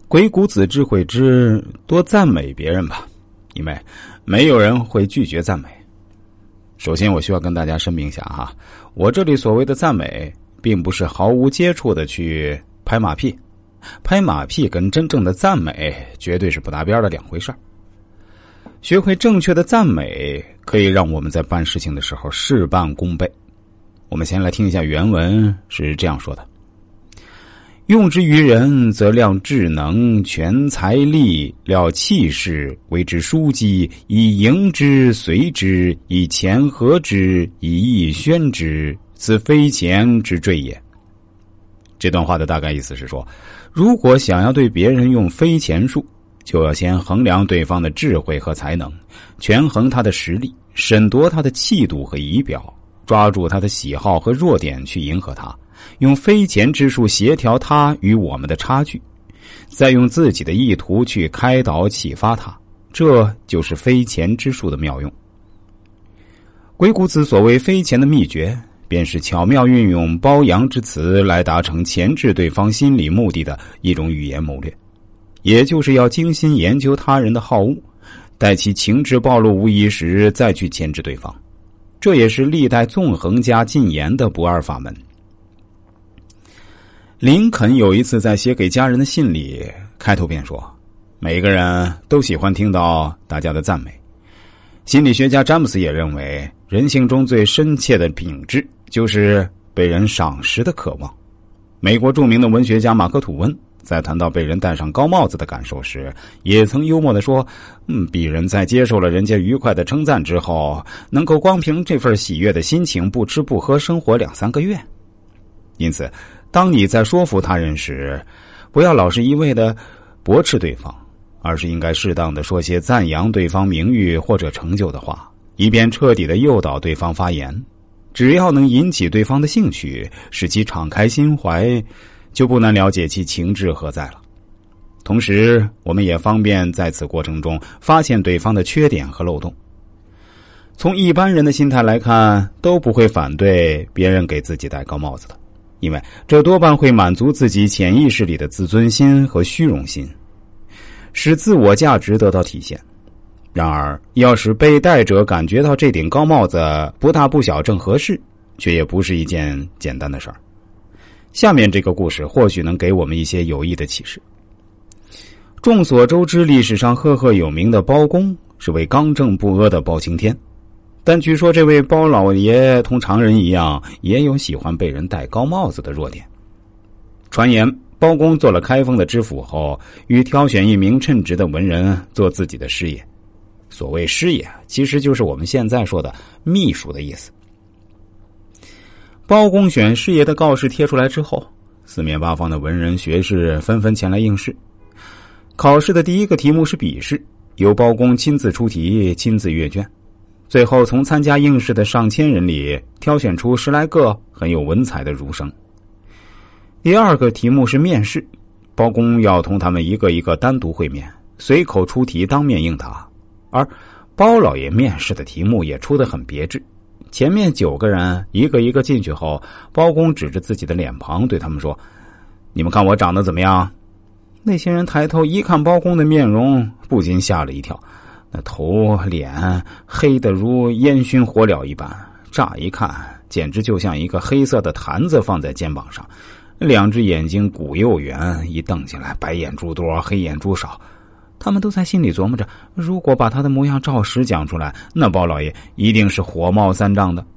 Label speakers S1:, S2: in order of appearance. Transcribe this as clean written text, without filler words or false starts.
S1: 鬼谷子智慧之多赞美别人吧，因为没有人会拒绝赞美。首先我需要跟大家声明一下哈，我这里所谓的赞美并不是毫无接触的去拍马屁，拍马屁跟真正的赞美绝对是不搭边的两回事儿。学会正确的赞美可以让我们在办事情的时候事半功倍。我们先来听一下原文是这样说的：用之于人，则量智能、全财力、料气势，为之枢机，以迎之随之，以钱合之，以义宣之，此非钱之坠也。这段话的大概意思是说，如果想要对别人用非钱术，就要先衡量对方的智慧和才能，权衡他的实力，审夺他的气度和仪表，抓住他的喜好和弱点去迎合他，用非钱之术协调他与我们的差距，再用自己的意图去开导启发他，这就是非钱之术的妙用。鬼谷子所谓非钱的秘诀，便是巧妙运用褒扬之词来达成钳制对方心理目的的一种语言谋略，也就是要精心研究他人的好恶，待其情志暴露无遗时再去钳制对方，这也是历代纵横家进言的不二法门。林肯有一次在写给家人的信里，开头便说，每个人都喜欢听到大家的赞美。心理学家詹姆斯也认为，人性中最深切的品质就是被人赏识的渴望。美国著名的文学家马克吐温在谈到被人戴上高帽子的感受时，也曾幽默地说，鄙人在接受了人家愉快的称赞之后，能够光凭这份喜悦的心情不吃不喝生活2-3个月。因此当你在说服他人时，不要老是一味的驳斥对方，而是应该适当的说些赞扬对方名誉或者成就的话，以便彻底的诱导对方发言。只要能引起对方的兴趣，使其敞开心怀，就不难了解其情志何在了。同时我们也方便在此过程中发现对方的缺点和漏洞。从一般人的心态来看，都不会反对别人给自己戴高帽子的，因为这多半会满足自己潜意识里的自尊心和虚荣心，使自我价值得到体现。然而要使被戴者感觉到这顶高帽子不大不小正合适，却也不是一件简单的事儿。下面这个故事或许能给我们一些有益的启示。众所周知，历史上赫赫有名的包公是位刚正不阿的包青天，但据说这位包老爷同常人一样，也有喜欢被人戴高帽子的弱点。传言包公做了开封的知府后，欲挑选一名称职的文人做自己的师爷。所谓师爷，其实就是我们现在说的秘书的意思。包公选师爷的告示贴出来之后，四面八方的文人学士纷纷前来应试。考试的第一个题目是笔试，由包公亲自出题，亲自阅卷。最后从参加应试的上千人里挑选出10来个很有文采的儒生。第二个题目是面试，包公要同他们一个一个单独会面，随口出题，当面应答。而包老爷面试的题目也出得很别致，前面9个人一个一个进去后，包公指着自己的脸庞对他们说，你们看我长得怎么样？那些人抬头一看包公的面容，不禁吓了一跳，那头脸黑得如烟熏火燎一般，乍一看简直就像一个黑色的坛子放在肩膀上，2只眼睛鼓又圆，一瞪起来白眼珠多黑眼珠少。他们都在心里琢磨着，如果把他的模样照实讲出来，那包老爷一定是火冒三丈的。